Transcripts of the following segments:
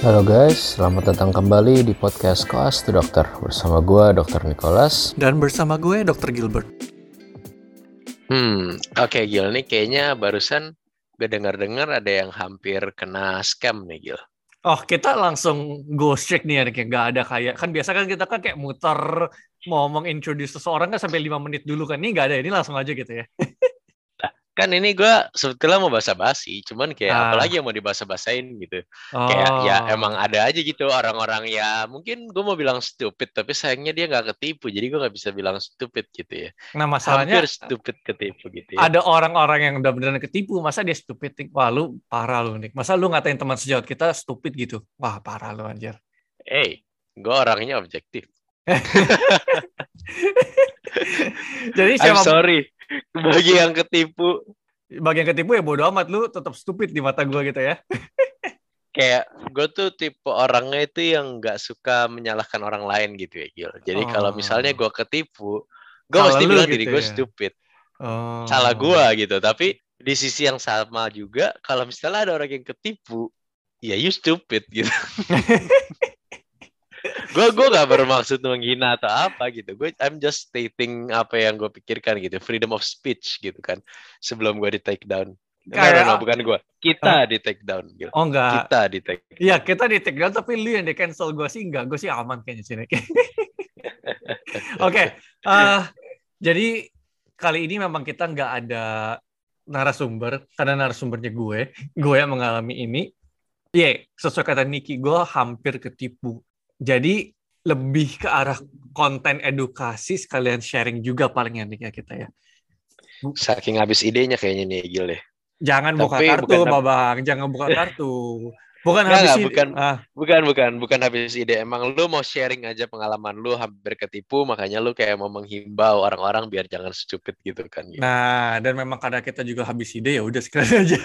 Halo guys, selamat datang kembali di podcast Koas to Dokter bersama gue Dr. Nicholas dan bersama gue Dr. Gilbert. Oke Gil, nih kayaknya barusan gue dengar-dengar ada yang hampir kena scam nih Gil. Oh, kita langsung go straight nih ya, kayak nggak ada kayak, kan biasa kan kita kan kayak muter mau introduce seseorang kan sampai 5 menit dulu kan, ini nggak ada, ini langsung aja gitu ya. Kan ini gue sebetulnya mau basa-basi, cuman kayak apalagi yang mau dibasa-basain gitu. Kayak ya emang ada aja gitu orang-orang ya mungkin gue mau bilang stupid, tapi sayangnya dia nggak ketipu, jadi gue nggak bisa bilang stupid gitu ya. Nah masalahnya hampir stupid ketipu gitu ya. Ada orang-orang yang udah beneran ketipu, masa dia stupid? Wah lu parah lu nih. Masa lu ngatain teman sejawat kita stupid gitu? Wah parah lu anjir. Gue orangnya objektif. Jadi I'm sorry bagi yang ketipu. Bagi yang ketipu ya bodo amat, lu tetap stupid di mata gue gitu ya. Kayak gue tuh tipe orangnya itu yang nggak suka menyalahkan orang lain gitu ya Gil. Jadi kalau misalnya gue ketipu, gue mesti bilang gitu diri gue ya? stupid. Salah gue gitu. Tapi di sisi yang sama juga, kalau misalnya ada orang yang ketipu, ya you stupid gitu. gue gak bermaksud menghina atau apa gitu. I'm just stating apa yang gue pikirkan gitu. Freedom of speech gitu kan. Sebelum gue di take down. No, bukan gue. Kita di take down gitu. Oh enggak. Kita di take down. Iya, kita di take down, tapi lu yang di cancel, gue sih enggak. Gue sih aman kayaknya sini. Oke. Jadi kali ini memang kita nggak ada narasumber, karena narasumbernya gue yang mengalami ini. Sesuai kata Niki, gue hampir ketipu. Jadi lebih ke arah konten edukasi sekalian sharing juga paling enak ya kita ya. Saking habis idenya kayaknya nih Gil deh. Jangan buka kartu, Babang. Jangan buka kartu. Bukan habis ide. Emang lu mau sharing aja pengalaman lu hampir ketipu, makanya lu kayak mau menghimbau orang-orang biar jangan stupid gitu kan. Gitu. Nah, dan memang karena kita juga habis ide, ya udah sekalian aja.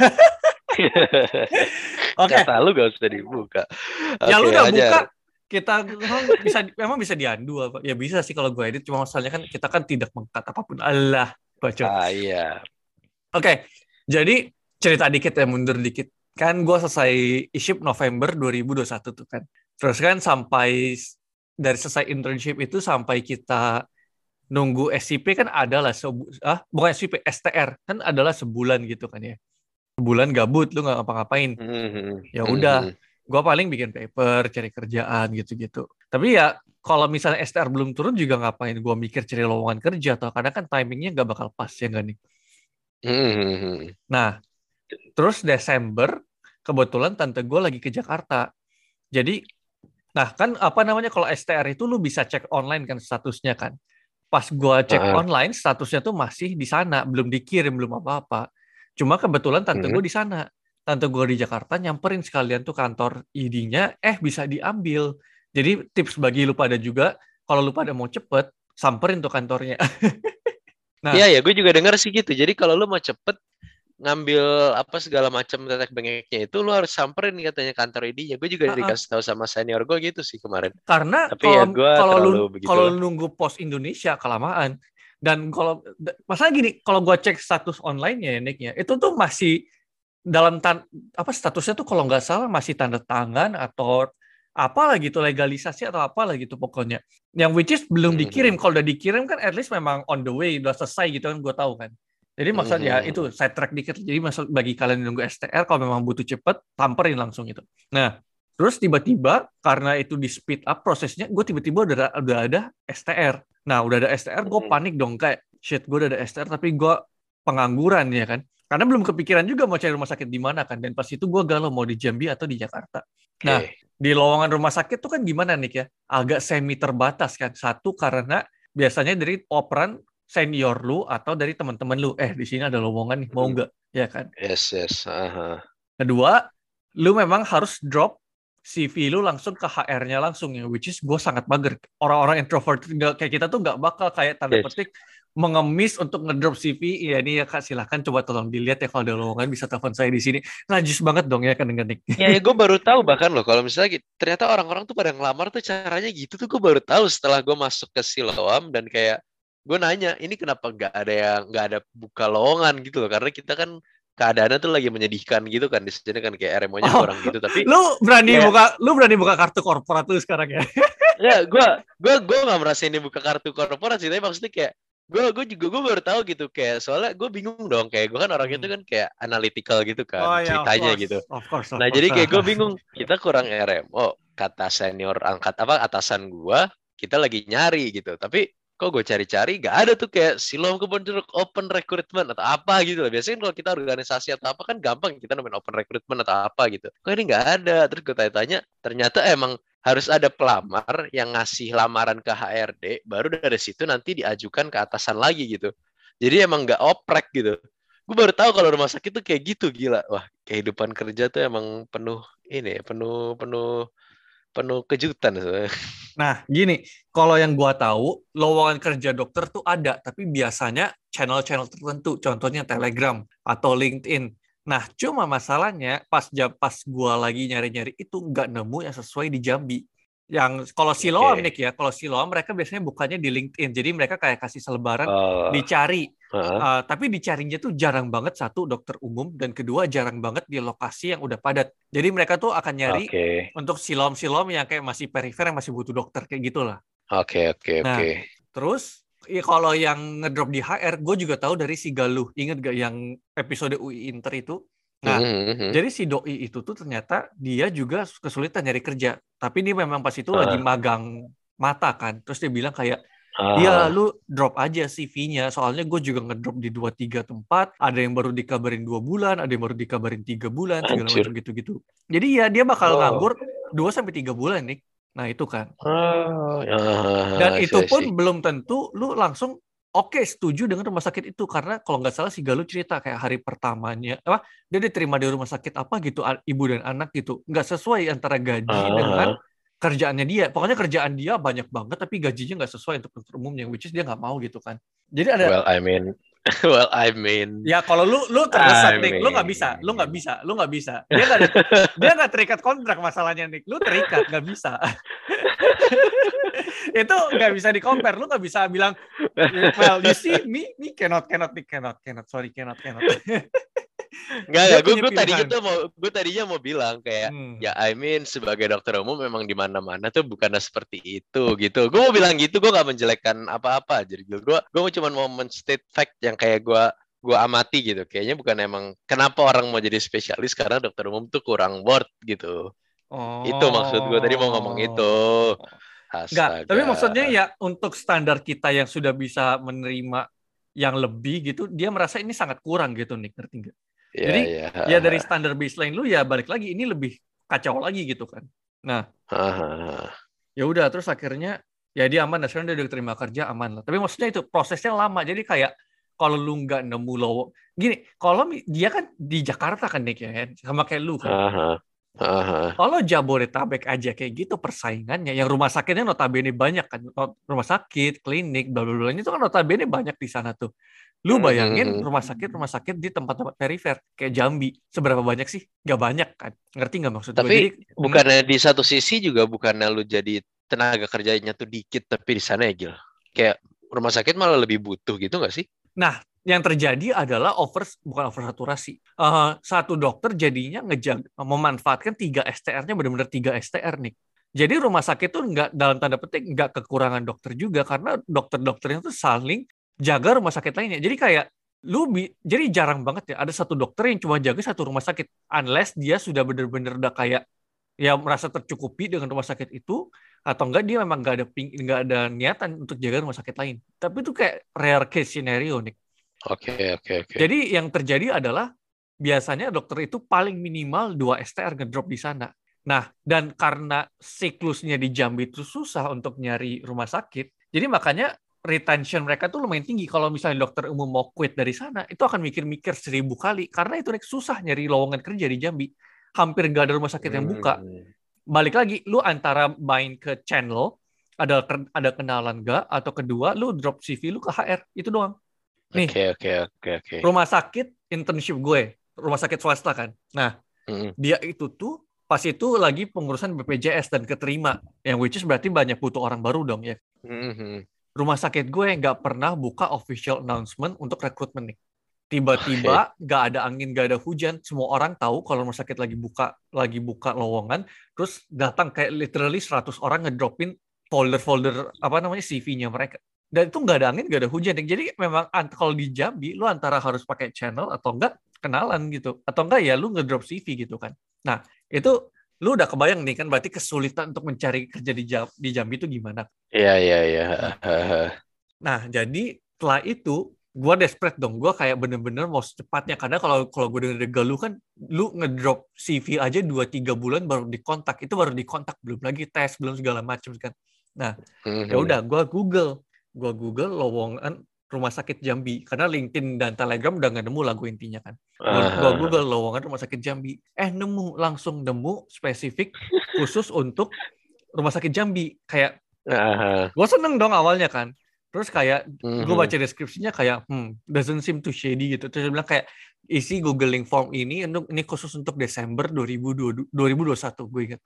Oke. Kata lu gak usah dibuka. Ya lu udah buka. Kita memang bisa diandu apa? Ya bisa sih kalau gue edit, cuma masalahnya kan kita kan tidak mengkat apapun. Allah, bacot. Iya. Oke. Jadi cerita dikit ya, mundur dikit. Kan gue selesai iship November 2021 tuh kan. Terus kan sampai dari selesai internship itu sampai kita nunggu SCP kan adalah bukan SCP, STR kan adalah sebulan gitu kan ya. Sebulan gabut, lu nggak ngapa-ngapain. Ya udah, gue paling bikin paper, cari kerjaan gitu-gitu. Tapi ya kalau misalnya STR belum turun juga ngapain gue mikir cari lowongan kerja atau kadang kan timingnya nggak bakal pas ya nggak nih. Nah, terus Desember kebetulan tante gue lagi ke Jakarta. Jadi, nah kan apa namanya kalau STR itu lu bisa cek online kan statusnya kan. Pas gue cek online statusnya tuh masih di sana, belum dikirim, belum apa-apa. Cuma kebetulan tante gue di sana. Tante gue di Jakarta nyamperin sekalian tuh kantor ID-nya, bisa diambil. Jadi tips bagi lu pada juga, kalau lu pada mau cepet, samperin tuh kantornya. Nah, iya ya, gue juga dengar sih gitu. Jadi kalau lu mau cepet ngambil apa segala macam tetek bengeknya itu, lu harus samperin katanya kantor ID-nya. Gue juga dikasih tahu sama senior gue gitu sih kemarin. Karena kalau lu nunggu pos Indonesia kelamaan. Dan kalau masalah gini, kalau gue cek status online-nya ya Nick-nya, itu tuh masih dalam statusnya tuh kalau nggak salah masih tanda tangan atau apalah gitu, legalisasi atau apalah gitu pokoknya. Yang which is belum dikirim. Kalau udah dikirim kan at least memang on the way, udah selesai gitu kan, gue tahu kan. Jadi maksudnya itu side track dikit. Jadi bagi kalian yang nunggu STR, kalau memang butuh cepet, samperin langsung itu. Nah, terus tiba-tiba karena itu di speed up prosesnya, gue tiba-tiba udah ada STR. Nah, udah ada STR, gue panik dong kayak shit, gue udah ada STR tapi gue pengangguran ya kan. Karena belum kepikiran juga mau cari rumah sakit di mana kan. Dan pas itu gue galau mau di Jambi atau di Jakarta. Nah, di lowongan rumah sakit tuh kan gimana nih ya? Agak semi terbatas kan. Satu karena biasanya dari operan senior lu atau dari teman-teman lu. Di sini ada lowongan nih, mau nggak? Ya kan? Yes. Kedua, lu memang harus drop CV lu langsung ke HR-nya langsung ya, which is gue sangat mager. Orang-orang introvert kayak kita tuh nggak bakal kayak tanda petik mengemis untuk ngedrop CV. Ya ini ya Kak, silahkan coba tolong dilihat ya kalau ada lowongan bisa telepon saya di sini. Najis banget dong ya kan dengan Nick. Ya gue baru tahu bahkan loh kalau misalnya ternyata orang-orang tuh pada ngelamar tuh caranya gitu tuh, gue baru tahu setelah gue masuk ke Siloam dan kayak gue nanya ini kenapa nggak ada buka lowongan gitu loh, karena kita kan keadaannya tuh lagi menyedihkan gitu kan di sini kan kayak RMO-nya kurang gitu tapi lu berani buka kartu korporat lu sekarang ya. Ya, gue nggak merasa ini buka kartu korporat sih, tapi maksudnya kayak gue baru tahu gitu kayak soalnya gue bingung dong kayak gue kan orangnya tuh kan kayak analytical gitu kan ceritanya gitu. Of course. Nah jadi kayak gue bingung kita kurang RMO kata senior atasan gue kita lagi nyari gitu tapi kok gue cari-cari gak ada tuh kayak Siloam Kebon Jeruk open recruitment atau apa gitu loh. Biasanya kalau kita organisasi atau apa kan gampang kita nemuin open recruitment atau apa gitu. Kok ini gak ada. Terus gue tanya-tanya ternyata emang harus ada pelamar yang ngasih lamaran ke HRD, baru dari situ nanti diajukan ke atasan lagi gitu. Jadi emang nggak oprek gitu. Gue baru tahu kalau rumah sakit tuh kayak gitu, gila. Wah, kehidupan kerja tuh emang penuh ini, penuh kejutan sebenarnya. Nah, gini, kalau yang gua tahu, lowongan kerja dokter tuh ada, tapi biasanya channel-channel tertentu, contohnya Telegram atau LinkedIn. Nah, cuma masalahnya pas gua lagi nyari-nyari itu nggak nemu yang sesuai di Jambi. Yang kalau Siloam nih ya, kalau Siloam mereka biasanya bukannya di LinkedIn. Jadi mereka kayak kasih selebaran dicari. Tapi dicarinya tuh jarang banget, satu dokter umum dan kedua jarang banget di lokasi yang udah padat. Jadi mereka tuh akan nyari untuk Siloam yang kayak masih perifer yang masih butuh dokter kayak gitulah. Oke. Nah, terus ya kalau yang ngedrop di HR, gue juga tahu dari si Galuh. Ingat gak yang episode UI Inter itu? Nah, jadi si Doi itu tuh ternyata dia juga kesulitan nyari kerja. Tapi dia memang pas itu lagi magang mata kan. Terus dia bilang kayak, ya lu drop aja CV-nya. Soalnya gue juga ngedrop di 2-3 tempat. Ada yang baru dikabarin 2 bulan, ada yang baru dikabarin 3 bulan, segala macam gitu-gitu. Jadi ya dia bakal nganggur 2-3 bulan nih. Nah itu kan. Dan itu pun belum tentu lu langsung setuju dengan rumah sakit itu. Karena kalau nggak salah si Galuh cerita kayak hari pertamanya, dia diterima di rumah sakit apa gitu, ibu dan anak gitu. Nggak sesuai antara gaji dengan kerjaannya dia. Pokoknya kerjaan dia banyak banget, tapi gajinya nggak sesuai untuk dokter umumnya, which is dia nggak mau gitu kan. Jadi ada... Well, I mean. Ya kalau lu terdesak, Nick, lu nggak bisa. Dia nggak terikat kontrak masalahnya, Nick. Lu terikat, nggak bisa. Itu nggak bisa di-compare. Lu nggak bisa bilang, well, you see, me cannot. Sorry, cannot. Enggak, gue tadinya mau bilang kayak, ya I mean sebagai dokter umum memang di mana-mana tuh bukannya seperti itu gitu. Gue mau bilang gitu, gue nggak menjelekkan apa-apa. Jadi gue cuma mau men-state fact yang kayak gue amati gitu. Kayaknya bukan emang kenapa orang mau jadi spesialis karena dokter umum tuh kurang worth gitu. Itu maksud gue tadi mau ngomong itu. Enggak, tapi maksudnya ya untuk standar kita yang sudah bisa menerima yang lebih gitu, dia merasa ini sangat kurang gitu, Nick, ngerti nggak? Jadi ya dari standar baseline lu ya balik lagi ini lebih kacau lagi gitu kan. Nah, ya udah terus akhirnya ya dia aman, sekarang dia udah terima kerja aman lah. Tapi maksudnya itu prosesnya lama. Jadi kayak kalau lu nggak nemu gini, kalau dia kan di Jakarta kan Nick ya, sama kayak lu kan. Kalau Jabodetabek aja kayak gitu persaingannya, yang rumah sakitnya notabene banyak kan, rumah sakit, klinik, bla bla bla itu kan notabene banyak di sana tuh. Lu bayangin rumah sakit di tempat-tempat perifer kayak Jambi, seberapa banyak sih? Gak banyak kan, ngerti nggak maksud gue? Tapi bukannya di satu sisi juga bukannya lu jadi tenaga kerjanya tuh dikit, tapi di sana ya Gil, kayak rumah sakit malah lebih butuh gitu nggak sih? Nah, yang terjadi adalah bukan oversaturasi. Satu dokter jadinya memanfaatkan 3 STR-nya benar-benar 3 STR nih. Jadi rumah sakit tuh nggak, dalam tanda petik nggak kekurangan dokter juga karena dokter-dokternya tuh saling jaga rumah sakit lainnya. Jadi kayak jadi jarang banget ya ada satu dokter yang cuma jaga satu rumah sakit, unless dia sudah benar-benar udah kayak ya merasa tercukupi dengan rumah sakit itu, atau enggak dia memang nggak ada niatan untuk jaga rumah sakit lain. Tapi itu kayak rare case scenario nih. Oke. Jadi yang terjadi adalah biasanya dokter itu paling minimal 2 STR ngedrop di sana. Nah, dan karena siklusnya di Jambi itu susah untuk nyari rumah sakit, jadi makanya retention mereka tuh lumayan tinggi. Kalau misalnya dokter umum mau quit dari sana, itu akan mikir-mikir 1000 kali. Karena itu susah nyari lowongan kerja di Jambi. Hampir nggak ada rumah sakit yang buka. Balik lagi, lu antara main ke channel, ada kenalan nggak, atau kedua, lu drop CV lu ke HR. Itu doang. Nih, Oke. Rumah sakit internship gue, rumah sakit swasta kan. Nah, dia itu tuh pas itu lagi pengurusan BPJS dan keterima, yang which is berarti banyak butuh orang baru dong ya. Rumah sakit gue nggak pernah buka official announcement untuk rekrutmen nih. Tiba-tiba nggak ada angin, nggak ada hujan, semua orang tahu kalau rumah sakit lagi buka lowongan, terus datang kayak literally 100 orang ngedropin folder-folder CV-nya mereka. Dan itu nggak ada angin, nggak ada hujan. Jadi memang kalau di Jambi, lu antara harus pakai channel atau enggak kenalan gitu. Atau enggak ya lu ngedrop CV gitu kan. Nah, itu lu udah kebayang nih kan berarti kesulitan untuk mencari kerja di Jambi itu gimana? Iya. Nah, jadi setelah itu gue desperate dong, gue kayak bener-bener mau secepatnya, karena kalau gue denger dari lu kan, lu ngedrop CV aja 2-3 bulan baru dikontak, itu baru dikontak, belum lagi tes, belum segala macam kan. Nah, ya udah gue Google lowongan rumah sakit Jambi, karena LinkedIn dan Telegram udah nggak nemu lah gue intinya kan. Gue Google lowongan rumah sakit Jambi, langsung nemu spesifik khusus untuk rumah sakit Jambi, kayak gue seneng dong awalnya kan. Terus kayak gue baca deskripsinya kayak doesn't seem too shady gitu. Terus dia bilang kayak isi googling form ini khusus untuk Desember 2021 gue ingat.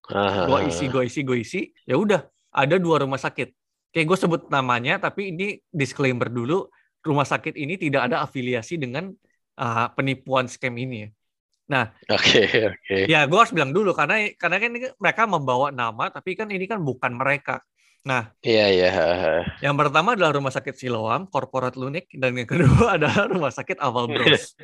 Gue isi. Ya udah, ada 2 rumah sakit. Kayak gue sebut namanya, tapi ini disclaimer dulu, rumah sakit ini tidak ada afiliasi dengan penipuan scam ini ya. Nah, Oke. Ya gue harus bilang dulu karena kan ini mereka membawa nama, tapi kan ini kan bukan mereka. Nah, Iya. Yang pertama adalah Rumah Sakit Siloam, Korporat Lunik, dan yang kedua adalah Rumah Sakit Awal Bros.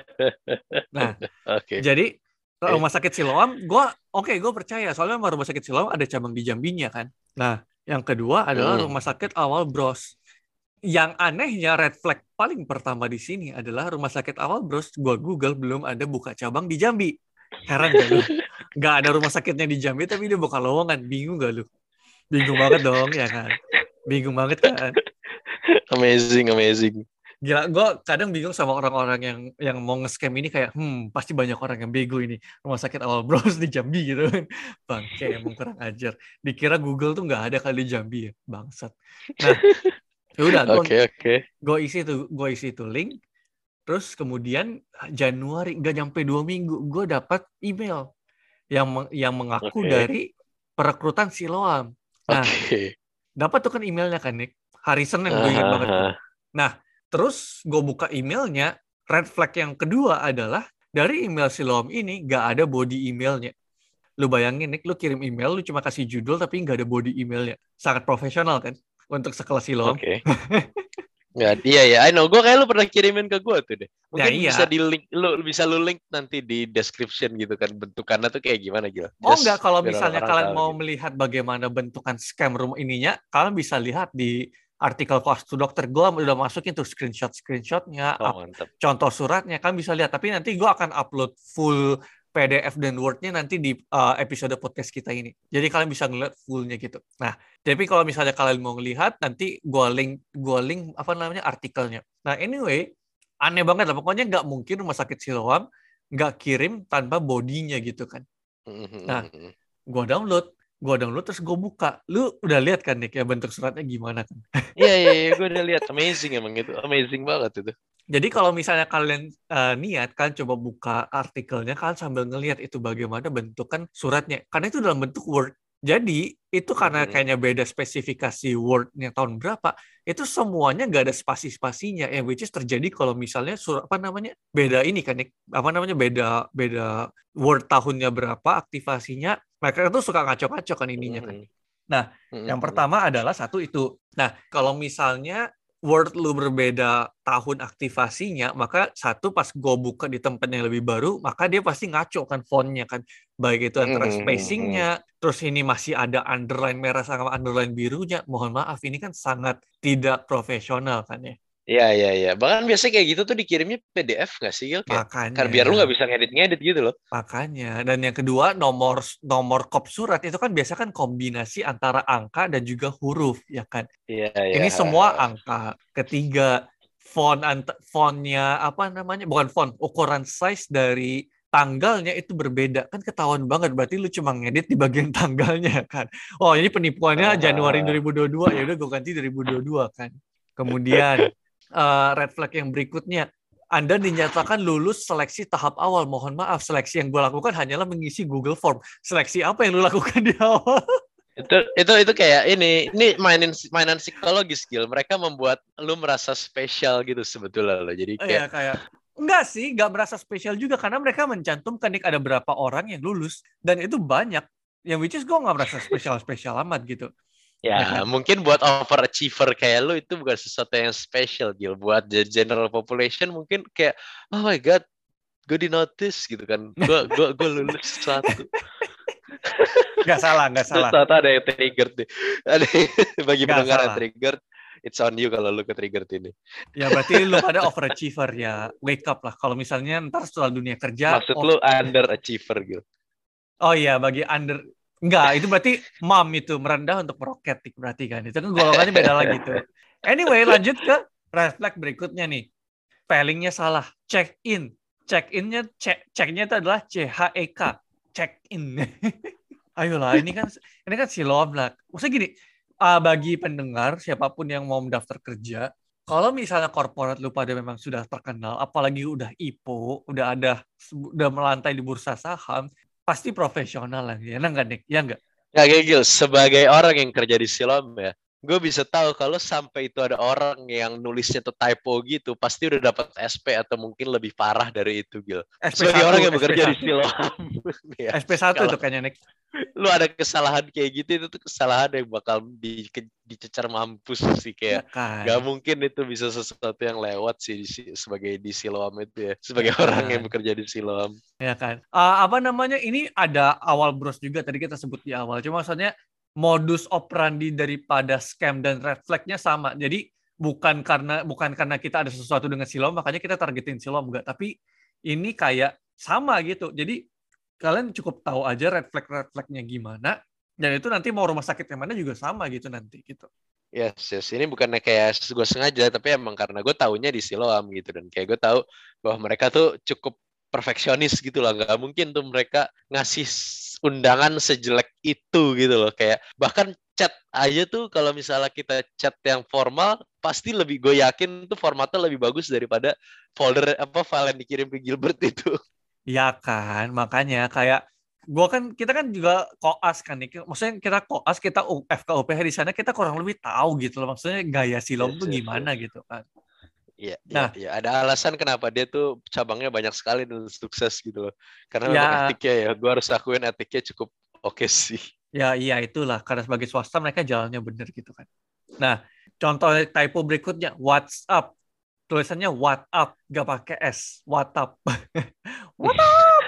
Nah, jadi Rumah Sakit Siloam, gue percaya, soalnya Rumah Sakit Siloam ada cabang di Jambinya kan. Nah, yang kedua adalah Rumah Sakit Awal Bros. Yang anehnya red flag paling pertama di sini adalah Rumah Sakit Awal Bros. Gue Google belum ada buka cabang di Jambi. Heran gak lu? Gak ada rumah sakitnya di Jambi, tapi dia buka lowongan. Bingung gak lu? Bingung banget dong, ya kan? Bingung banget kan? Amazing. Gila, gue kadang bingung sama orang-orang yang mau nge-scam ini kayak, pasti banyak orang yang bego ini. Rumah sakit Awal Bros di Jambi gitu kan. Bangke, emang kurang ajar. Dikira Google tuh nggak ada kali di Jambi ya. Bangsat. Nah, ya udah, gue isi itu link. Terus kemudian Januari, nggak nyampe 2 minggu, gue dapat email yang mengaku dari perekrutan Siloam. Nah, dapat tuh kan emailnya kan, Nick. Hari Senin, gue ingat banget tuh. Nah, terus gue buka emailnya, red flag yang kedua adalah dari email Siloam ini nggak ada body emailnya. Lu bayangin, Nick, lu kirim email, lu cuma kasih judul tapi nggak ada body emailnya. Sangat profesional kan untuk sekelas Siloam. Ya, iya, I know. Gue kayak lu pernah kirimin ke gue tuh deh. Mungkin ya, bisa lu link nanti di description gitu kan, bentukannya tuh kayak gimana gitu. Enggak, kalau misalnya kalian mau melihat bagaimana bentukan scam rumah ininya, kalian bisa lihat di artikel Cost to Doctor. Gue udah masukin tuh screenshotnya, contoh suratnya, kalian bisa lihat. Tapi nanti gue akan upload full PDF dan Word-nya nanti di episode podcast kita ini. Jadi kalian bisa ngeliat full-nya gitu. Nah, tapi kalau misalnya kalian mau ngelihat, nanti gue link artikelnya. Nah, anyway, aneh banget lah. Pokoknya nggak mungkin Rumah Sakit Siloam nggak kirim tanpa bodinya gitu kan. Nah, gue download terus gue buka. Lu udah lihat kan Nick ya bentuk suratnya gimana kan? Iya, gue udah lihat. Amazing emang itu. Amazing banget itu. Jadi kalau misalnya kalian niat, kalian coba buka artikelnya, kalian sambil ngelihat itu bagaimana bentukan suratnya. Karena itu dalam bentuk Word. Jadi itu karena kayaknya beda spesifikasi Word-nya tahun berapa, itu semuanya nggak ada spasi-spasinya. Yang which is terjadi kalau misalnya beda ini kan, beda Word tahunnya berapa, aktivasinya. Mereka itu suka ngaco-ngaco kan ininya kan. Nah, yang pertama adalah satu itu. Nah, kalau misalnya Word lu berbeda tahun aktivasinya, maka satu pas gue buka di tempat yang lebih baru, maka dia pasti ngaco kan fontnya kan. Baik itu antara spacingnya, terus ini masih ada underline merah sama underline birunya. Mohon maaf, ini kan sangat tidak profesional kan ya. Iya. Bahkan biasanya kayak gitu tuh dikirimnya PDF nggak sih, Gil? Makanya. Karena biar lu nggak bisa ngedit gitu loh. Makanya. Dan yang kedua, nomor kop surat itu kan biasa kan kombinasi antara angka dan juga huruf, ya kan? Iya. Ini semua angka. Ketiga, fontnya bukan font, ukuran size dari tanggalnya itu berbeda. Kan ketahuan banget, berarti lu cuma ngedit di bagian tanggalnya kan. Oh, ini penipuannya Januari 2022, ya udah gue ganti 2022 kan. Kemudian red flag yang berikutnya, Anda dinyatakan lulus seleksi tahap awal. Mohon maaf, seleksi yang gue lakukan hanyalah mengisi Google Form. Seleksi apa yang lu lakukan di awal? Itu kayak ini mainan psikologis, Gil. Mereka membuat lu merasa spesial gitu sebetulnya lo. Jadi kayak enggak sih, enggak merasa spesial juga karena mereka mencantumkan nih ada berapa orang yang lulus dan itu banyak. Yang which is gue nggak merasa spesial amat gitu. Ya kan? Mungkin buat overachiever kayak lu itu bukan sesuatu yang spesial, Gil. Buat the general population mungkin kayak, oh my god, gue di notice gitu kan. Gue lulus satu. Nggak salah. Ternyata ada yang trigger nih. Ada bagi pendengar yang trigger, it's on you kalau lu ke trigger ini. Ya berarti lu pada overachiever ya. Wake up lah. Kalau misalnya ntar setelah dunia kerja. Maksud lu underachiever gitu. Oh iya, bagi under. Enggak, itu berarti mom itu merendah untuk meroket berarti kan. Itu kan golongannya beda lagi tuh. Anyway, lanjut ke red flag berikutnya nih. Spellingnya salah. Check in. Check-innya check-nya itu adalah CHEK. Check in. Ayolah, ini kan siloam lah. Maksudnya gini, bagi pendengar siapapun yang mau mendaftar kerja, kalau misalnya korporat lu pada memang sudah terkenal, apalagi udah IPO, udah melantai di bursa saham, pasti profesional lah, ya enggak Nick? Ya enggak? Ya Gil, sebagai orang yang kerja di Silom ya, gue bisa tahu kalau sampai itu ada orang yang nulisnya tuh typo gitu, pasti udah dapat SP atau mungkin lebih parah dari itu, Gil. Sebagai orang yang bekerja di Silom. Ya, SP1 tuh kayaknya, Nick. Lu ada kesalahan kayak gitu, itu tuh kesalahan yang bakal dicecar mampus sih. Kayak gak mungkin itu bisa sesuatu yang lewat sih sebagai di Silom itu ya. Sebagai orang yang bekerja di Silom. Ya kan. Apa namanya, ini ada awal bros juga, tadi kita sebut di awal. Cuma maksudnya modus operandi daripada scam dan red flag-nya sama. Jadi bukan karena kita ada sesuatu dengan Silom makanya kita targetin Silom, enggak, tapi ini kayak sama gitu. Jadi kalian cukup tahu aja red flag-nya gimana, dan itu nanti mau rumah sakit yang mana juga sama gitu nanti gitu. Yes. Ini bukannya kayak gue sengaja, tapi emang karena gue taunya di Siloam gitu, dan kayak gue tahu bahwa mereka tuh cukup perfeksionis gitu lah, nggak mungkin tuh mereka ngasih undangan sejelek itu gitu loh. Kayak bahkan chat aja tuh kalau misalnya kita chat yang formal pasti lebih, gue yakin tuh formatnya lebih bagus daripada folder file yang dikirim ke Gilbert itu. Ya kan, makanya kayak kita kan juga koas kan nih. Maksudnya kita koas, kita FKUPH di sana kita kurang lebih tahu gitu loh. Maksudnya gaya Silom tuh gimana gitu kan. Iya, ada alasan kenapa dia tuh cabangnya banyak sekali dan sukses gitu loh. Karena memang etiknya ya, gue harus akuin etiknya cukup oke sih. Ya iya itulah, karena sebagai swasta mereka jalannya bener gitu kan. Nah, contoh typo berikutnya, WhatsApp. Tulisannya what up, gak pakai S. What up. What up?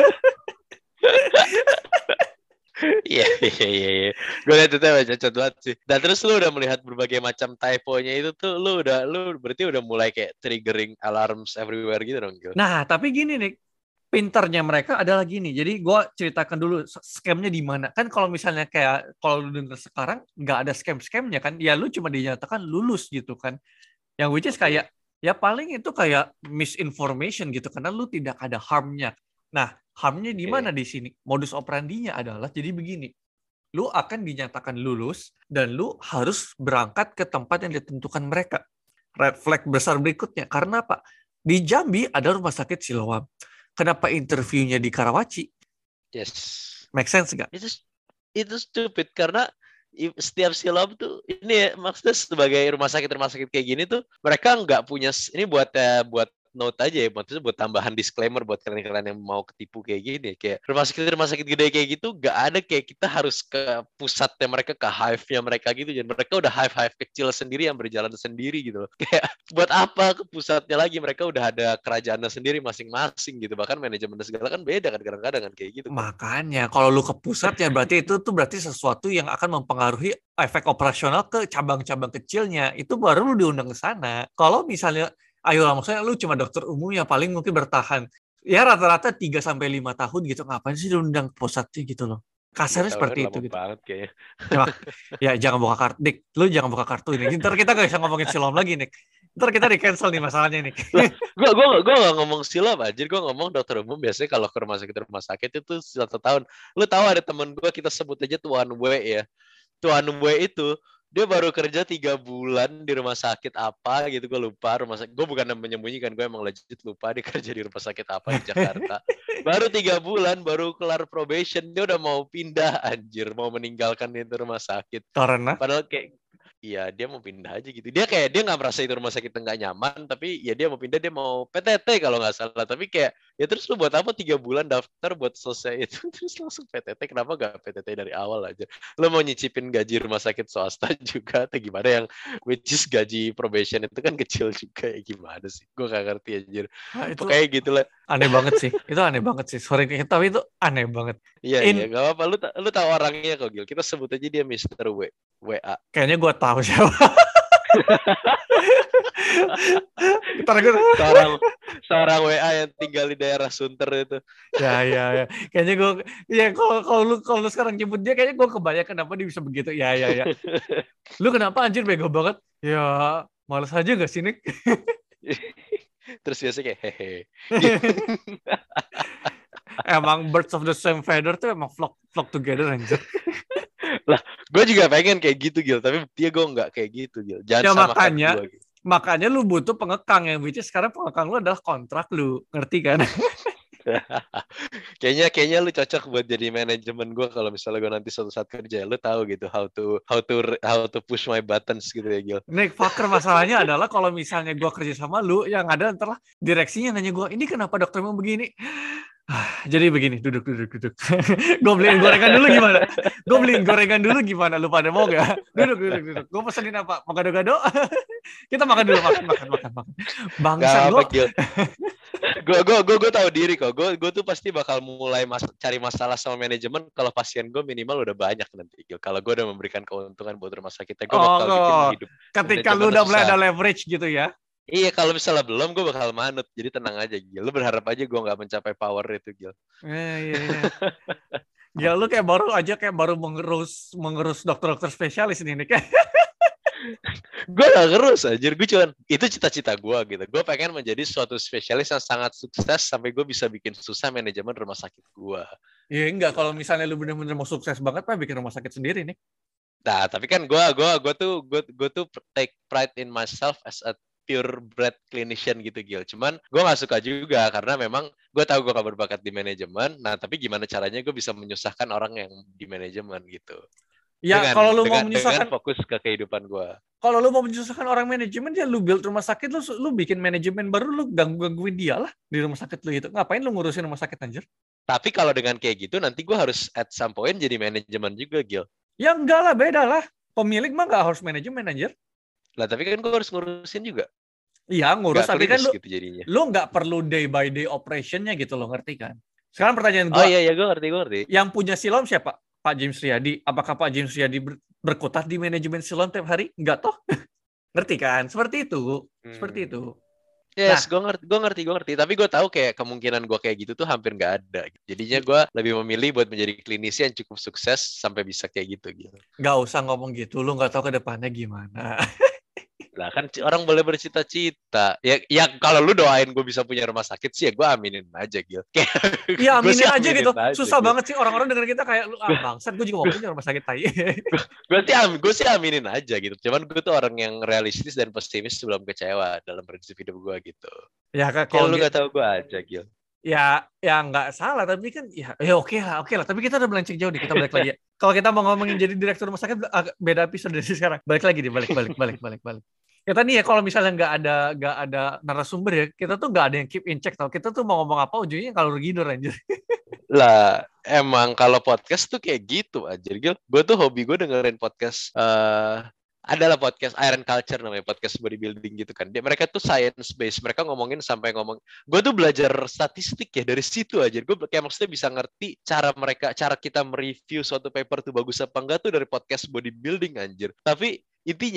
Iya. Gue lihat itu cacat banget sih. Dan terus lu udah melihat berbagai macam typo-nya itu tuh, lu berarti udah mulai kayak triggering alarms everywhere gitu dong, Gil. Nah, tapi gini nih, pinternya mereka adalah gini. Jadi gue ceritakan dulu scamnya di mana. Kan kalau misalnya kayak kalau lu denger sekarang nggak ada scamnya kan, ya lu cuma dinyatakan lulus gitu kan. Yang which is kayak ya paling itu kayak misinformation gitu karena lu tidak ada harm-nya. Nah, harm-nya di mana di sini? Modus operandinya adalah jadi begini. Lu akan dinyatakan lulus dan lu harus berangkat ke tempat yang ditentukan mereka. Red flag besar berikutnya. Karena apa? Di Jambi ada rumah sakit Siloam. Kenapa interviewnya di Karawaci? Yes. Make sense nggak? Itu stupid karena setiap Silom tuh ini maksudnya sebagai rumah sakit kayak gini tuh mereka nggak punya ini buat note aja ya, maksudnya buat tambahan disclaimer buat kalian yang mau ketipu kayak gini. Kayak rumah sakit gede kayak gitu nggak ada kayak kita harus ke pusatnya mereka, ke hive-nya mereka gitu. Dan mereka udah hive kecil sendiri yang berjalan sendiri gitu loh. Kayak buat apa ke pusatnya lagi, mereka udah ada kerajaannya sendiri masing-masing gitu. Bahkan manajemen segala kan beda kan kadang-kadang kan kayak gitu. Makanya kalau lu ke pusat ya berarti itu tuh berarti sesuatu yang akan mempengaruhi efek operasional ke cabang-cabang kecilnya. Itu baru lu diundang ke sana. Kalau misalnya ayolah, maksudnya lu cuma dokter umum yang paling mungkin bertahan. Ya rata-rata 3-5 tahun gitu. Ngapain sih diundang ke pusatnya gitu loh. Kasarnya seperti itu gitu. Ya jangan buka kartu. Dik, lu jangan buka kartu ini. Ntar kita gak bisa ngomongin Silom lagi, Nik. Ntar kita di-cancel nih masalahnya, Nik. Gue gak ngomong Silom aja. Gue ngomong dokter umum. Biasanya kalau ke rumah sakit itu 1 tahun. Lu tahu ada temen gue, kita sebut aja Tuan W ya. Tuan W itu Dia baru kerja 3 bulan di rumah sakit apa gitu, gue lupa rumah sakit. Gue bukan menyembunyikan, gue emang legit lupa dia kerja di rumah sakit apa di Jakarta. Baru 3 bulan, baru kelar probation, dia udah mau pindah anjir, mau meninggalkan itu rumah sakit. Karena? Padahal kayak, iya dia mau pindah aja gitu. Dia nggak merasa itu rumah sakit nggak nyaman, tapi ya dia mau pindah, dia mau PTT kalau nggak salah. Tapi kayak, ya terus lu buat apa 3 bulan daftar buat selesai itu, terus langsung PTT, kenapa nggak PTT dari awal aja? Lu mau nyicipin gaji rumah sakit swasta juga atau gimana, yang which is gaji probation itu kan kecil juga, ya gimana sih? Gue gak ngerti anjir. Pokoknya gitu lah. Aneh banget sih. Itu aneh banget sih. Sorry, tapi itu aneh banget. Iya, gak apa-apa. Lu tahu orangnya kok, Gil. Kita sebut aja dia Mr. WA. Kayaknya gue tahu siapa. Seorang WA yang tinggal di daerah Sunter itu. Ya. Kayaknya gue, ya kalau lu sekarang nyebut dia, kayaknya gue kebayang kenapa dia bisa begitu. Ya. Lu kenapa anjir bego banget? Ya, males aja gak sih, Nick? Terus biasa kayak hehe. Emang birds of the same feather tuh emang flock together anjir. Lah, gue juga pengen kayak gitu, Gil. Tapi dia gue nggak kayak gitu, Gil. Jangan ya, samakan gue. Gitu. Makanya lu butuh pengekang, yang which is sekarang pengekang lu adalah kontrak lu. Ngerti kan? Kayaknya lu cocok buat jadi manajemen gue kalau misalnya gue nanti suatu saat kerja. Lu tahu gitu how to push my buttons gitu ya, Gil. Nick, fucker, masalahnya adalah kalau misalnya gue kerja sama lu, yang ada ntar direksinya nanya gue, ini kenapa dokter mau begini? Jadi begini, duduk. Gue beliin gorengan dulu gimana? Lu pada mau gak? Duduk. Gue pesenin apa? Mau gado-gado? Kita makan dulu, makan. Bangsat gue. Gue tahu diri kok. Gue tuh pasti bakal mulai cari masalah sama manajemen kalau pasien gue minimal udah banyak nanti. Kalau gue udah memberikan keuntungan buat rumah sakitnya, gue bakal bikin hidup. Ketika lu udah mulai ada leverage gitu ya? Iya, kalau misalnya belum, gue bakal manut. Jadi tenang aja, Gil. Lu berharap aja gue nggak mencapai power itu, Gil. Iya. Gil, lu kayak baru mengerus dokter-dokter spesialis ini, Nick. Gue gak ngerus anjir, gue cuman itu cita-cita gue gitu. Gue pengen menjadi suatu spesialis yang sangat sukses sampai gue bisa bikin susah manajemen rumah sakit gue. Iya enggak, kalau misalnya lu bener-bener mau sukses banget, Pak, bikin rumah sakit sendiri nih. Nah, tapi kan gue tuh take pride in myself as a purebred clinician gitu, Gil. Cuman gue gak suka juga karena memang gue tahu gue gak berbakat di manajemen. Nah, tapi gimana caranya gue bisa menyusahkan orang yang di manajemen gitu. Ya, kalau lu mau menyusahkan, dengan fokus ke kehidupan gue. Kalau lu mau menyusahkan orang manajemen, ya lu build rumah sakit, lu bikin manajemen baru, lu gangguin dia lah di rumah sakit lu itu. Ngapain lu ngurusin rumah sakit anjir? Tapi kalau dengan kayak gitu, nanti gue harus at some point jadi manajemen juga, Gil. Ya enggak lah, beda lah. Pemilik mah gak harus manajemen anjir. Lah, tapi kan gue harus ngurusin juga. Iya, ngurus, tapi kan gitu lu nggak perlu day by day operationnya gitu, lo ngerti kan? Sekarang pertanyaan gue. Oh iya, gue ngerti. Yang punya Siloam siapa? Pak James Riyadi. Apakah Pak James Riyadi berkutat di manajemen Siloam tiap hari? Enggak toh? Ngerti kan? Seperti itu. Yes, nah, gue ngerti. Tapi gue tahu kayak kemungkinan gue kayak gitu tuh hampir nggak ada. Jadinya gue lebih memilih buat menjadi klinisi yang cukup sukses sampai bisa kayak gitu. Nggak usah ngomong gitu. Lu nggak tahu ke depannya gimana. Lah kan orang boleh bercita-cita. Ya kalau lu doain gue bisa punya rumah sakit sih, ya gue aminin aja, Gil. Iya, aminin aja gitu. Susah banget sih orang-orang denger kita kayak, lu bangsat, gue juga mau punya rumah sakit tai. Gue sih aminin aja gitu. Cuman gue tuh orang yang realistis dan pesimis sebelum kecewa dalam prinsip hidup gue gitu. Ya kalau lu gak tahu gue aja, Gil. Ya nggak salah, tapi kan ya oke lah. Tapi kita udah melenceng jauh nih, kita balik lagi ya. Kalau kita mau ngomongin jadi direktur rumah sakit, beda episode dari sekarang. Balik lagi nih, balik. Kita nih ya, kalau misalnya nggak ada narasumber ya, kita tuh nggak ada yang keep in check tau. Kita tuh mau ngomong apa ujungnya kalau tidur anjir. Lah, emang kalau podcast tuh kayak gitu aja, Gil. Gue tuh hobi gue dengerin podcast. Adalah podcast Iron Culture namanya, podcast bodybuilding gitu kan. Mereka tuh science based, mereka ngomongin sampai ngomong. Gue tuh belajar statistik ya dari situ aja. Gue kayak maksudnya bisa ngerti cara kita mereview suatu paper tuh bagus apa enggak tuh dari podcast bodybuilding anjir. Tapi intinya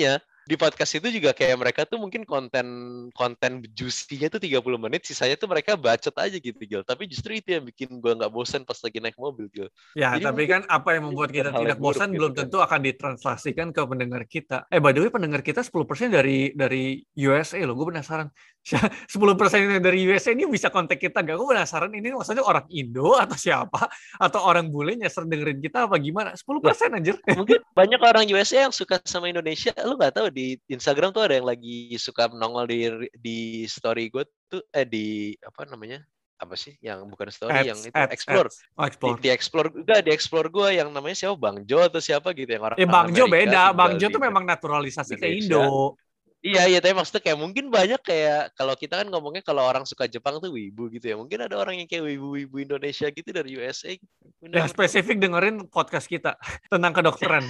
di podcast itu juga kayak mereka tuh mungkin konten juicy-nya tuh 30 menit, sisanya tuh mereka bacot aja gitu, Gil. Tapi justru itu yang bikin gue nggak bosan pas lagi naik mobil, Gil. Ya, jadi tapi kan apa yang membuat kita tidak bosan belum tentu akan ditranslasikan ke pendengar kita. By the way, pendengar kita 10% dari USA loh. Gue penasaran. 10% dari USA ini bisa kontak kita gak? Gue penasaran ini maksudnya orang Indo atau siapa? Atau orang bule nyasar dengerin kita apa gimana? 10% anjir. Mungkin banyak orang USA yang suka sama Indonesia. Lu nggak tahu di Instagram tuh ada yang lagi suka nongol di story gue tuh di apa namanya? Apa sih yang bukan story yang itu explore. Di explore enggak di explore gue yang namanya siapa Bang Jo atau siapa gitu yang orang Bang Jo beda. Bang Jo tuh memang naturalisasi ke Indo. Iya, tapi maksudnya kayak mungkin banyak kayak kalau kita kan ngomongnya kalau orang suka Jepang tuh wibu gitu ya. Mungkin ada orang yang kayak wibu-wibu Indonesia gitu dari USA. Yang spesifik dengerin podcast kita tentang kedokteran.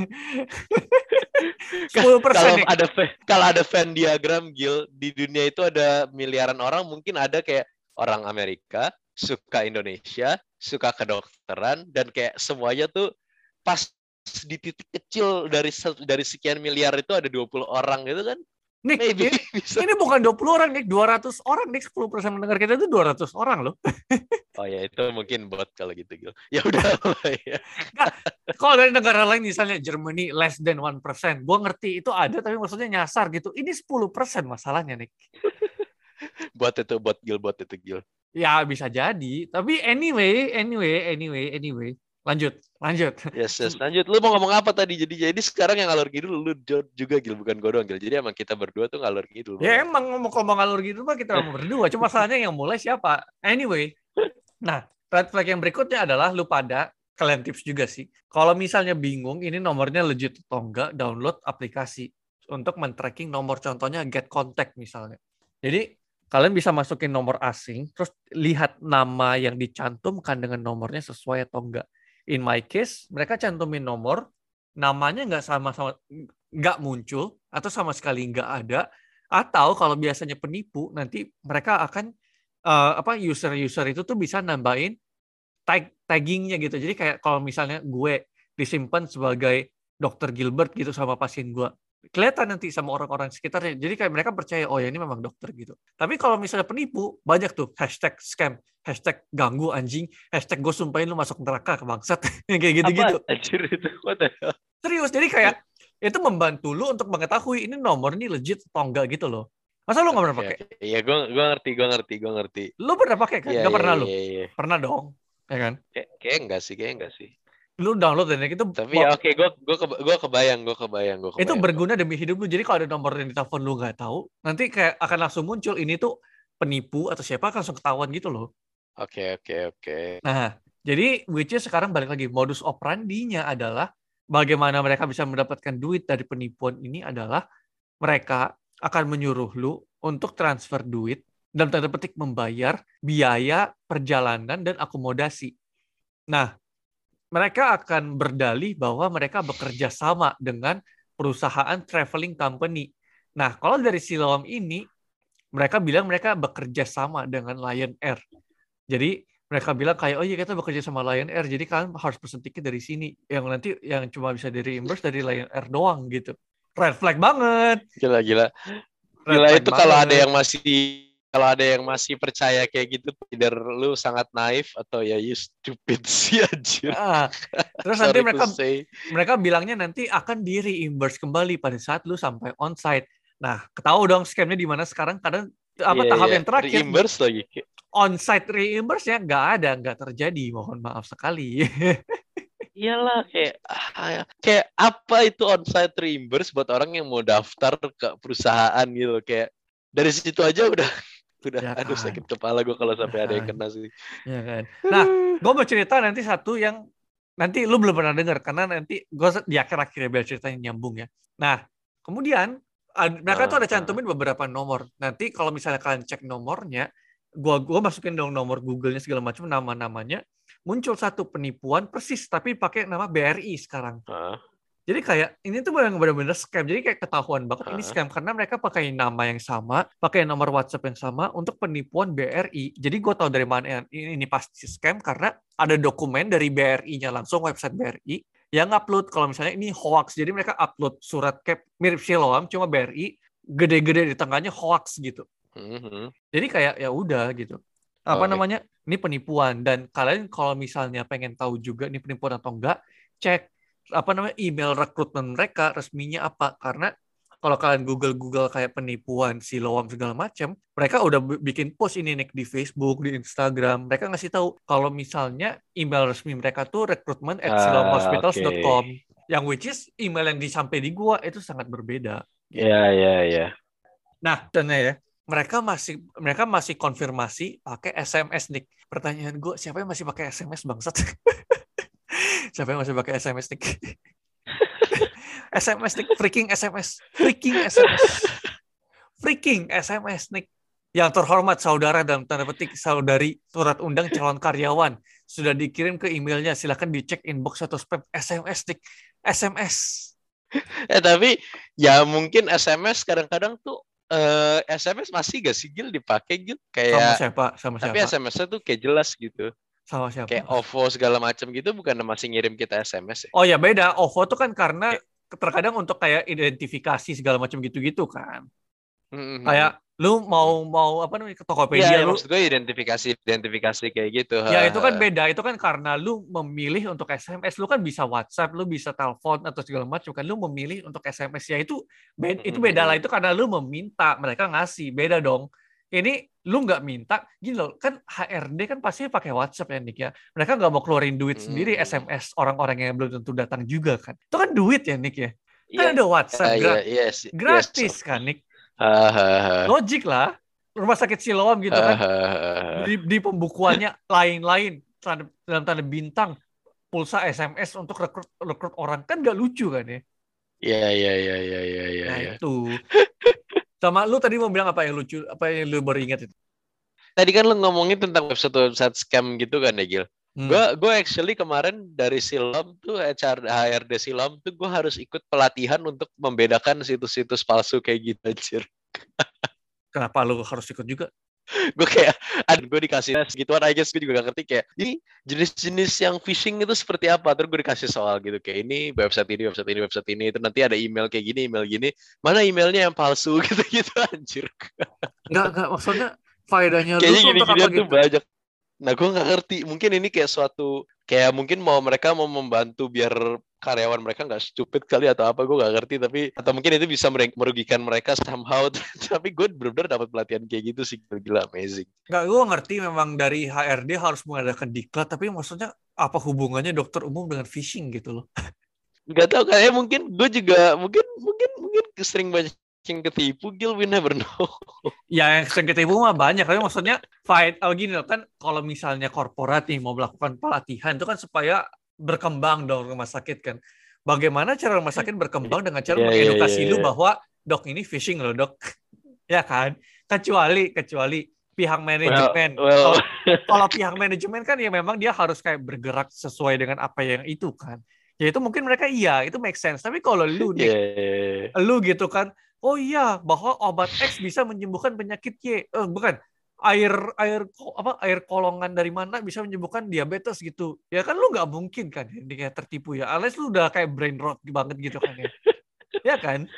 10%. Kalau ada Venn diagram, Gil, di dunia itu ada miliaran orang, mungkin ada kayak orang Amerika, suka Indonesia, suka kedokteran, dan kayak semuanya tuh pas di titik kecil dari sekian miliar itu ada 20 orang gitu kan. Nick, ini bukan 20 orang, Nick. 200 orang, Nick. 10% mendengar kita itu 200 orang loh. Oh ya, itu mungkin bot kalau gitu, Gil. Ya udah ya. Nah, kalau dari negara lain misalnya Germany less than 1%, gue ngerti itu ada, tapi maksudnya nyasar gitu. Ini 10% masalahnya, Nick. Bot itu Gil. Ya bisa jadi, tapi anyway. Lanjut. Yes, lanjut. Lu mau ngomong apa tadi? Jadi sekarang yang ngalor ngidul lu juga, Gil, bukan gue doang, Gil. Jadi emang kita berdua tuh ngalor ngidul. Ya emang ngomong ngalor ngidul mah kita berdua. Cuma masalahnya yang mulai siapa? Anyway. Nah, red flag yang berikutnya adalah lu pada kalian tips juga sih. Kalau misalnya bingung ini nomornya legit atau enggak, download aplikasi untuk men-tracking nomor, contohnya Get Contact misalnya. Jadi kalian bisa masukin nomor asing, terus lihat nama yang dicantumkan dengan nomornya sesuai atau enggak. In my case, mereka cantumin nomor, namanya nggak sama-sama, nggak muncul, atau sama sekali nggak ada, atau kalau biasanya penipu, nanti mereka akan, user-user itu tuh bisa nambahin taggingnya gitu. Jadi kayak kalau misalnya gue disimpan sebagai Dr. Gilbert gitu sama pasien gue, kelihatan nanti sama orang-orang sekitarnya. Jadi kayak mereka percaya, oh ya ini memang dokter gitu. Tapi kalau misalnya penipu, banyak tuh hashtag scam, hashtag ganggu anjing, hashtag gue sumpahin lu masuk neraka ke bangsat. Yang kayak gitu-gitu. Serius, jadi kayak itu membantu lu untuk mengetahui ini nomor ini legit atau enggak gitu loh. Masa lu nggak pernah pakai? Iya, gue ngerti. Lu pernah pakai kan? Nggak pernah lu? Pernah dong, ya kan? Kayak enggak sih. Lu download dan itu. Tapi ya oke, gue kebayang. Itu berguna demi hidup lu. Jadi kalau ada nomor yang di telepon lu nggak tahu, nanti kayak akan langsung muncul ini tuh penipu atau siapa, akan langsung ketahuan gitu loh. Oke. Nah, jadi which is sekarang balik lagi modus operandinya adalah bagaimana mereka bisa mendapatkan duit dari penipuan ini adalah mereka akan menyuruh lu untuk transfer duit dalam tanda petik membayar biaya perjalanan dan akomodasi. Nah, mereka akan berdalih bahwa mereka bekerja sama dengan perusahaan traveling company. Nah, kalau dari Siloam ini, mereka bilang mereka bekerja sama dengan Lion Air. Jadi, mereka bilang kayak, oh iya kita bekerja sama Lion Air, jadi kalian harus pesen tiket dari sini. Yang nanti yang cuma bisa di-reimburse dari Lion Air doang gitu. Red flag banget. Gila itu kalau ada yang masih percaya kayak gitu, either lu sangat naif atau ya you stupid sih anjir. Terus nanti mereka bilangnya nanti akan di-reimburse kembali pada saat lu sampai on-site. Nah, ketahu dong scamnya di mana sekarang, karena tahap yang terakhir. Reimburse lagi. On-site reimburse-nya nggak terjadi, mohon maaf sekali. Iyalah, kayak apa itu on-site reimburse buat orang yang mau daftar ke perusahaan gitu, kayak dari situ aja udah ya aduh kan. Sakit kepala gue kalau sampai ada yang kena sih. Ya kan. Nah, gue mau cerita nanti satu yang nanti lu belum pernah dengar, karena nanti gue di akhir-akhirnya biar ceritanya nyambung ya. Nah, kemudian mereka tuh ada cantumin beberapa nomor. Nanti kalau misalnya kalian cek nomornya, gue masukin dong nomor Google-nya segala macam, nama-namanya, muncul satu penipuan persis tapi pakai nama BRI sekarang. Jadi kayak ini tuh benar-benar scam. Jadi kayak ketahuan banget ini scam karena mereka pakai nama yang sama, pakai nomor WhatsApp yang sama untuk penipuan BRI. Jadi gue tahu dari mana ini pasti scam karena ada dokumen dari BRI-nya langsung, website BRI yang upload kalau misalnya ini hoax. Jadi mereka upload surat kayak mirip Siloam cuma BRI gede-gede di tengahnya hoax gitu. Jadi kayak ya udah gitu. Namanya? Ini penipuan. Dan kalian kalau misalnya pengen tahu juga ini penipuan atau enggak, cek email rekrutmen mereka resminya apa. Karena kalau kalian Google kayak penipuan Siloam segala macam, mereka udah bikin post ini nih di Facebook, di Instagram. Mereka ngasih tahu kalau misalnya email resmi mereka tuh recruitment@siloamhospitals.com. Yang which is email yang disampai di gua itu sangat berbeda. Iya. Nah, dan ya, mereka masih konfirmasi pakai SMS nih. Pertanyaan gue, siapa yang masih pakai SMS bangsat? Siapa yang masih pakai SMS nih? SMS nih, freaking SMS nih. Yang terhormat saudara dalam tanda petik saudari surat undang calon karyawan sudah dikirim ke emailnya, silakan dicek inbox atau spam. SMS. Tapi ya mungkin SMS kadang-kadang tuh SMS masih gak sih Gil dipakai Gil? Kayak sama siapa? Tapi SMS-nya tuh kayak jelas gitu. Sama siapa? Kayak OVO segala macam gitu bukan masih ngirim kita SMS ya? Oh ya beda. OVO tuh kan karena terkadang untuk kayak identifikasi segala macam gitu-gitu kan. Kayak lu mau ke Tokopedia, lu maksud gue identifikasi kayak gitu. Ya itu kan beda, itu kan karena lu memilih untuk SMS, lu kan bisa WhatsApp, lu bisa telepon atau segala macam kan, lu memilih untuk SMS ya itu beda lah, itu karena lu meminta mereka ngasih, beda dong. Ini lu nggak minta, gini loh, kan HRD kan pasti pakai WhatsApp ya Nick ya, mereka nggak mau keluarin duit sendiri SMS orang-orang yang belum tentu datang juga kan, itu kan duit ya Nick ya, kan ada WhatsApp gratis kan Nick. Logik lah, rumah sakit Siloam gitu kan, di pembukuannya lain-lain dalam tanda bintang, pulsa SMS untuk rekrut orang, kan nggak lucu kan ya? Iya. Nah itu, sama lu tadi mau bilang apa yang lucu, apa yang lu baru ingat itu? Tadi kan lu ngomongin tentang website scam gitu kan ya Gil? Gue actually kemarin dari Siloam tuh HRD Siloam tuh gue harus ikut pelatihan untuk membedakan situs-situs palsu kayak gitu anjir. Kenapa lu harus ikut juga? Gue kayak, gue dikasih segituan aja, gue juga gak ngerti kayak, ini jenis-jenis yang phishing itu seperti apa? Terus gue dikasih soal gitu, kayak ini website ini, itu nanti ada email kayak gini, mana emailnya yang palsu gitu anjir. Enggak, maksudnya faedahnya lu tuh untuk apa gitu? Banyak. Nah, gue nggak ngerti. Mungkin ini kayak kayak mungkin mereka mau membantu biar karyawan mereka nggak stupid kali atau apa, gue nggak ngerti. Tapi atau mungkin itu bisa merugikan mereka somehow. Tapi gue benar-benar dapat pelatihan kayak gitu sih, gila amazing. Nggak, gue ngerti memang dari HRD harus mengadakan diklat, tapi maksudnya apa hubungannya dokter umum dengan phishing gitu loh? Nggak tahu, kayak mungkin gue juga mungkin sering banyak yang ketipu, Gil, we never know. Ya, yang sering ketipu mah banyak, tapi maksudnya gini loh kan, kalau misalnya korporat nih mau melakukan pelatihan itu kan supaya berkembang dong rumah sakit kan. Bagaimana cara rumah sakit berkembang dengan cara mengedukasi lu bahwa dok ini phishing loh dok, ya kan? Kecuali pihak manajemen. Kalau pihak manajemen kan ya memang dia harus kayak bergerak sesuai dengan apa yang itu kan. Ya itu mungkin mereka itu make sense. Tapi kalau lu nih, lu gitu kan, oh iya bahwa obat X bisa menyembuhkan penyakit Y, bukan air kolongan dari mana bisa menyembuhkan diabetes gitu, ya kan lu nggak mungkin kan dia tertipu ya, unless lu udah kayak brain rot banget gitu kan ya, ya kan?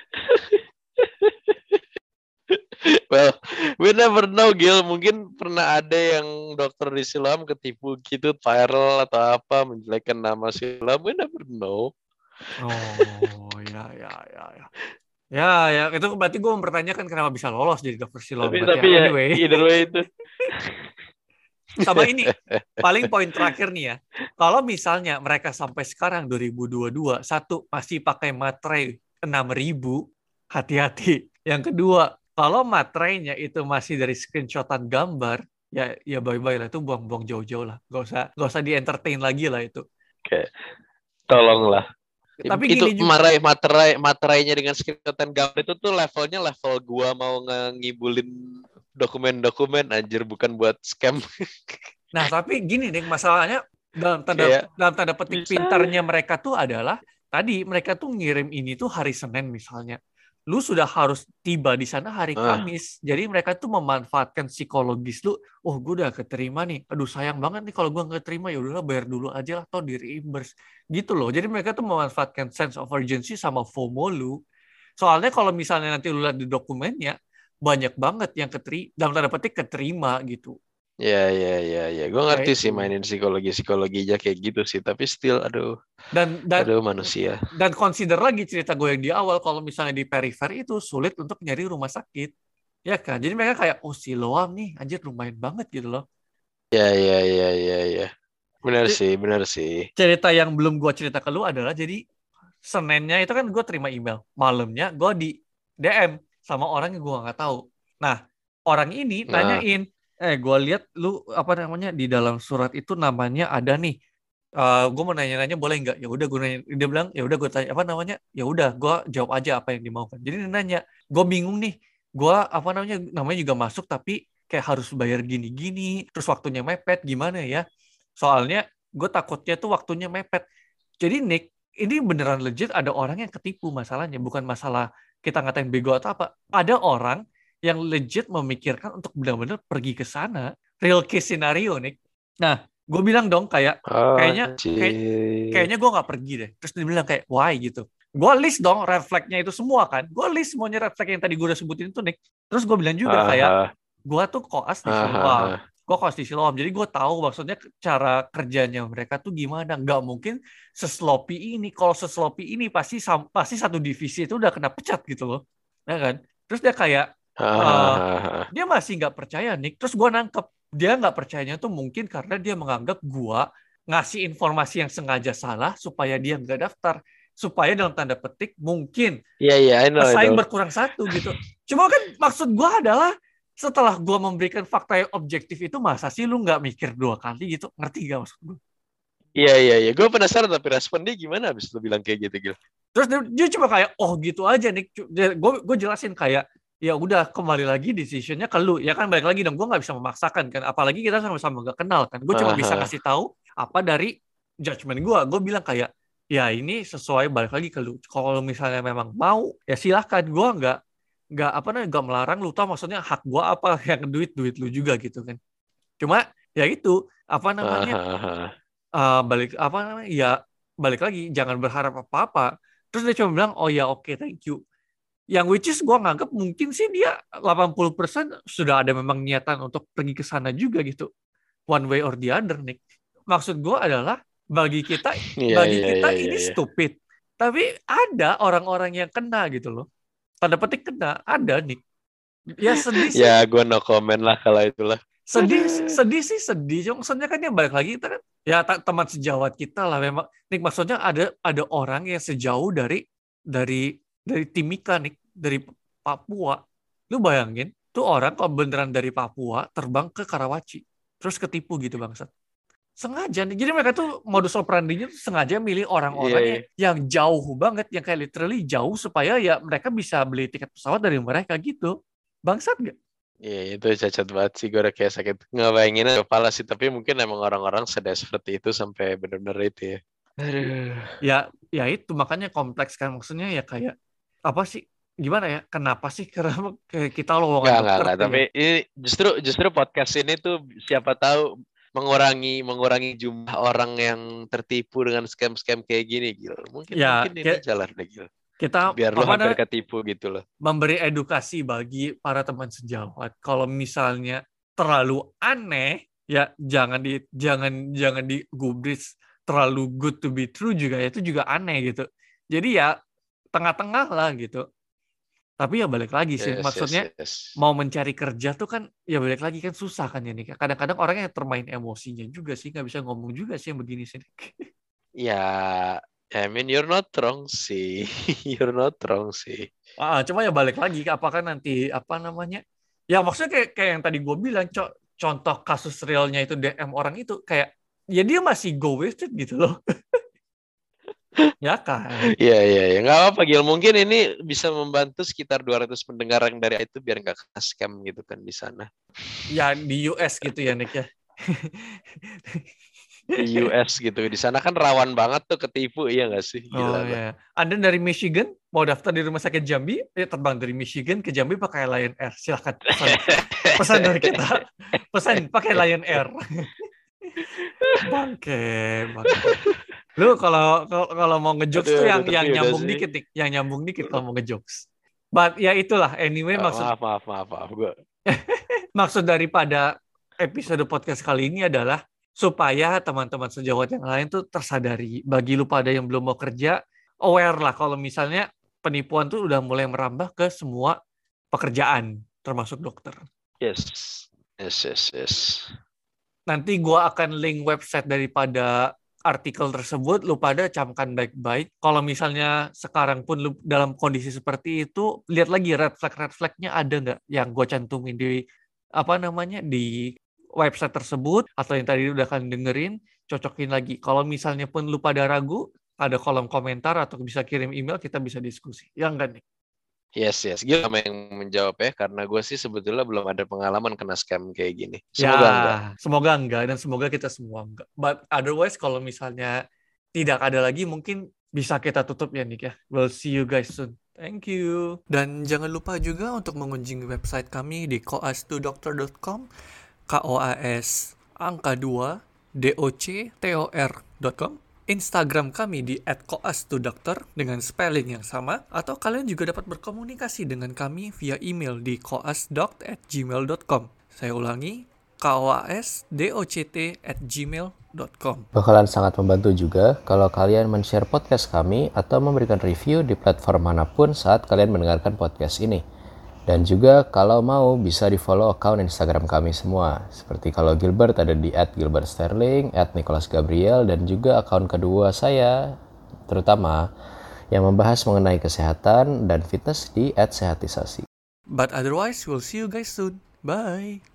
Well, we never know, Gil. Mungkin pernah ada yang dokter di Siloam ketipu gitu, viral atau apa, menjelekkan nama Siloam. We never know. Oh, ya. Itu berarti gue mempertanyakan kenapa bisa lolos jadi dokter Siloam. Tapi ya, anyway. Either way itu. Sama ini, paling poin terakhir nih ya. Kalau misalnya mereka sampai sekarang 2022, satu, masih pakai materai 6.000, hati-hati. Yang kedua, kalau materainya itu masih dari screenshotan gambar, ya bye-bye lah, itu buang-buang jauh-jauh lah. Gak usah di-entertain lagi lah itu. Oke. Tolonglah. Tapi itu materainya dengan screenshotan gambar itu tuh levelnya level gua mau ngibulin dokumen-dokumen anjir, bukan buat scam. Nah, tapi gini nih masalahnya dalam tanda petik pintarnya mereka tuh adalah tadi mereka tuh ngirim ini tuh hari Senin misalnya. lu sudah harus tiba di sana hari Kamis. Jadi mereka tuh memanfaatkan psikologis lu. Oh, gue udah keterima nih. Aduh, sayang banget nih kalau gue nggak keterima, ya udahlah bayar dulu aja lah, atau di reimburse. Gitu loh. Jadi mereka tuh memanfaatkan sense of urgency sama FOMO lu. Soalnya kalau misalnya nanti lu lihat di dokumennya, banyak banget yang dalam tanda petik keterima gitu. Ya. Gue ngerti sih mainin psikologi aja kayak gitu sih. Tapi still, aduh manusia. Dan consider lagi cerita gue yang di awal, kalau misalnya di periphery itu sulit untuk nyari rumah sakit. Ya kan? Jadi mereka kayak, oh Siloam nih, anjir lumayan banget gitu loh. Ya. Benar sih. Cerita yang belum gue cerita ke lu adalah, jadi Seninnya itu kan gue terima email. Malamnya gue di DM sama orang yang gue nggak tahu. Nah, orang ini nanyain, gue lihat lu di dalam surat itu namanya ada nih. Gue mau nanya-nanya boleh nggak? Ya udah gue nanya. Dia bilang ya udah gue tanya ya udah gue jawab aja apa yang dimaukan. Jadi dia nanya, gue bingung nih. Gue namanya juga masuk tapi kayak harus bayar gini-gini. Terus waktunya mepet gimana ya? Soalnya gue takutnya tuh waktunya mepet. Jadi Nick, ini beneran legit ada orang yang ketipu masalahnya. Bukan masalah kita ngatain bego atau apa. Ada orang yang legit memikirkan untuk benar-benar pergi ke sana. Real case scenario, Nick. Nah, gue bilang dong kayaknya gue nggak pergi deh. Terus dia bilang kayak, why gitu. Gue list dong red flag-nya itu semua kan. Gue list semuanya red flag yang tadi gue udah sebutin itu, Nick. Terus gue bilang juga kayak, gue tuh koas di Siloam. Gue koas di Siloam. Jadi gue tahu maksudnya cara kerjanya mereka tuh gimana. Nggak mungkin sesloppy ini. Kalau sesloppy ini pasti satu divisi itu udah kena pecat gitu loh. Ya kan? Terus dia kayak, dia masih nggak percaya, Nick. Terus gue nangkep. Dia nggak percayanya tuh mungkin karena dia menganggap gue ngasih informasi yang sengaja salah supaya dia nggak daftar. Supaya dalam tanda petik mungkin pesaing berkurang satu gitu. Cuma kan maksud gue adalah setelah gue memberikan fakta yang objektif itu, masa sih lu nggak mikir 2 kali gitu? Ngerti gak maksud gue? Iya. Gue penasaran tapi respon dia gimana abis lu bilang kayak gitu. Terus dia cuma kayak, oh gitu aja nih. Gue jelasin kayak, ya udah kembali lagi decisionnya ke lu. Ya kan balik lagi dong, gue nggak bisa memaksakan kan. Apalagi kita sama-sama nggak kenal kan. Gue cuma bisa kasih tahu apa dari judgement gue. Gue bilang kayak, ya ini sesuai balik lagi ke lu. Kalau misalnya memang mau, ya silahkan. Gue nggak melarang lu, tau maksudnya hak gua apa, yang duit lu juga gitu kan. Cuma ya itu balik lagi jangan berharap apa-apa. Terus dia cuma bilang oh ya oke, thank you. Yang which is gua nganggap mungkin sih dia 80% sudah ada memang niatan untuk pergi ke sana juga gitu, one way or the other, Nick. Maksud gua adalah bagi kita ini stupid, tapi ada orang-orang yang kena gitu loh. Tanda petik kena, ada nih. Ya sedih sih. Ya gue no comment lah kalau itulah. Sedih. Cuma maksudnya kan yang balik lagi kita kan, ya teman sejawat kita lah memang. Nih maksudnya ada orang yang sejauh dari Timika nih, dari Papua. Lu bayangin, tuh orang kalau beneran dari Papua terbang ke Karawaci, terus ketipu gitu bangsat. Sengaja nih. Jadi mereka tuh modus operandinya tuh sengaja milih orang-orang yang jauh banget, yang kayak literally jauh supaya ya mereka bisa beli tiket pesawat dari mereka gitu. Bangsat gak? Iya, itu cacat banget sih. Gue udah kayak sakit ngebayanginnya kepala sih. Tapi mungkin emang orang-orang sedesperate itu sampai bener-bener itu ya. Aduh. Ya itu makanya kompleks kan. Maksudnya ya kayak apa sih? Gimana ya? Kenapa sih? Karena kita lowongan dokter. Enggak. Tapi ini justru podcast ini tuh siapa tahu mengurangi jumlah orang yang tertipu dengan scam-scam kayak gini gitu. Mungkin ini jalan deh gitu. Kita biar lo hampir ketipu gitu loh. Memberi edukasi bagi para teman sejawat. Kalau misalnya terlalu aneh, ya jangan digubris terlalu good to be true juga, itu juga aneh gitu. Jadi ya tengah-tengah lah gitu. Tapi ya balik lagi sih, maksudnya mau mencari kerja tuh kan, ya balik lagi kan susah kan ya nih. Kadang-kadang orangnya termain emosinya juga sih, nggak bisa ngomong juga sih yang begini sih. Ya, I mean you're not wrong sih, Cuma ya balik lagi, apakah nanti Ya maksudnya kayak yang tadi gue bilang, contoh kasus realnya itu DM orang itu kayak, ya dia masih go with it gitu loh. Ya kan? Iya. Nggak apa-apa, Gil. Mungkin ini bisa membantu sekitar 200 pendengar yang dari itu biar nggak kena scam gitu kan di sana. Ya, di US gitu ya, Nick ya. Di US gitu. Di sana kan rawan banget tuh ketipu, iya nggak sih? Gila. Ya. Anda dari Michigan mau daftar di rumah sakit Jambi, terbang dari Michigan ke Jambi pakai Lion Air. Silahkan pesan dari kita. Pesan pakai Lion Air. Bangke. Lu kalau mau ngejokes tuh yang nyambung dikit nih, yang nyambung dikit kalau mau ngejokes. But ya itulah, anyway maksud. Maaf gue. Maksud daripada episode podcast kali ini adalah supaya teman-teman sejawat yang lain tuh tersadari. Bagi lu pada yang belum mau kerja, aware lah kalau misalnya penipuan tuh udah mulai merambah ke semua pekerjaan, termasuk dokter. Yes. Nanti gua akan link website daripada artikel tersebut, lu pada camkan baik-baik. Kalau misalnya sekarang pun lu dalam kondisi seperti itu, lihat lagi red flag-nya ada nggak yang gua cantumin di di website tersebut, atau yang tadi udah kalian dengerin, cocokin lagi. Kalau misalnya pun lu pada ragu, ada kolom komentar atau bisa kirim email, kita bisa diskusi. Ya enggak nih? Yes. Gue sama yang menjawab ya, karena gue sih sebetulnya belum ada pengalaman kena scam kayak gini. Semoga enggak, dan semoga kita semua enggak. But otherwise, kalau misalnya tidak ada lagi, mungkin bisa kita tutup ya, Nick ya. We'll see you guys soon. Thank you. Dan jangan lupa juga untuk mengunjungi website kami di koas2doctor.com, KOAS angka 2 DOCTOR.com. Instagram kami di @koas2doctor dengan spelling yang sama, atau kalian juga dapat berkomunikasi dengan kami via email di koasdoct@gmail.com. Saya ulangi, koasdoct@gmail.com. Bakalan sangat membantu juga kalau kalian men-share podcast kami atau memberikan review di platform manapun saat kalian mendengarkan podcast ini. Dan juga kalau mau bisa di-follow account Instagram kami semua. Seperti kalau Gilbert ada di @gilbertsterling, @nicholasgabriel, dan juga account kedua saya, terutama yang membahas mengenai kesehatan dan fitness di @sehatisasi. But otherwise, we'll see you guys soon. Bye!